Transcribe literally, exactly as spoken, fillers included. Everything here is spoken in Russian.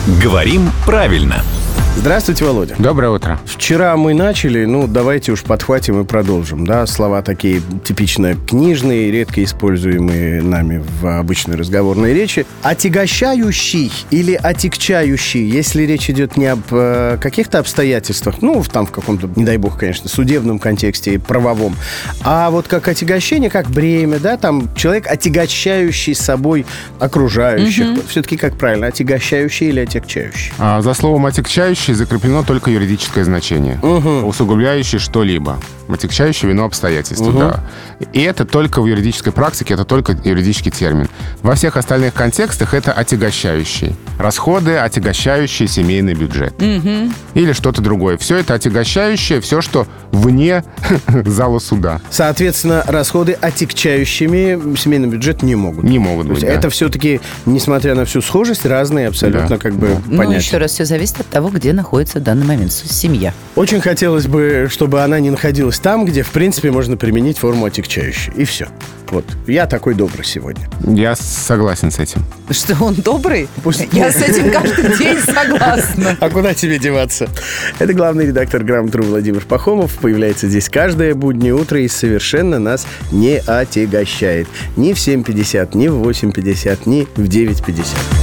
Говорим правильно. Здравствуйте, Володя. Доброе утро. Вчера мы начали, ну, давайте уж подхватим и продолжим, да, слова такие типично книжные, редко используемые нами в обычной разговорной речи. Отягощающий или отягчающий, если речь идет не об э, каких-то обстоятельствах, ну, в, там в каком-то, не дай бог, конечно, судебном контексте, правовом, а вот как отягощение, как бремя, да, там человек, отягощающий собой окружающих. Mm-hmm. Все-таки как правильно, отягощающий или отягчающий? А, за словом «отягчающий» закреплено только юридическое значение, угу. усугубляющий что-либо. Отягчающий вину обстоятельства, угу. да. И это только в юридической практике, это только юридический термин. Во всех остальных контекстах это отягощающий. Расходы, отягощающие семейный бюджет. Угу. Или что-то другое. Все это отягощающее, все, что вне зала суда. Соответственно, расходы, отягчающими семейный бюджет, не могут. Не могут быть, да. Это все-таки, несмотря на всю схожесть, разные абсолютно да. как бы да. понятия. Ну, еще раз, все зависит от того, где находится в данный момент семья. Очень хотелось бы, чтобы она не находилась там, где, в принципе, можно применить форму отягчающей. И все. Вот. Я такой добрый сегодня. Я согласен с этим. Что, он добрый? Пусть... Я с этим каждый день согласна. А куда тебе деваться? Это главный редактор «Грамотру» Владимир Пахомов. Появляется здесь каждое буднее утро и совершенно нас не отягощает. Ни в семь пятьдесят, ни в восемь пятьдесят, ни в девять пятьдесят.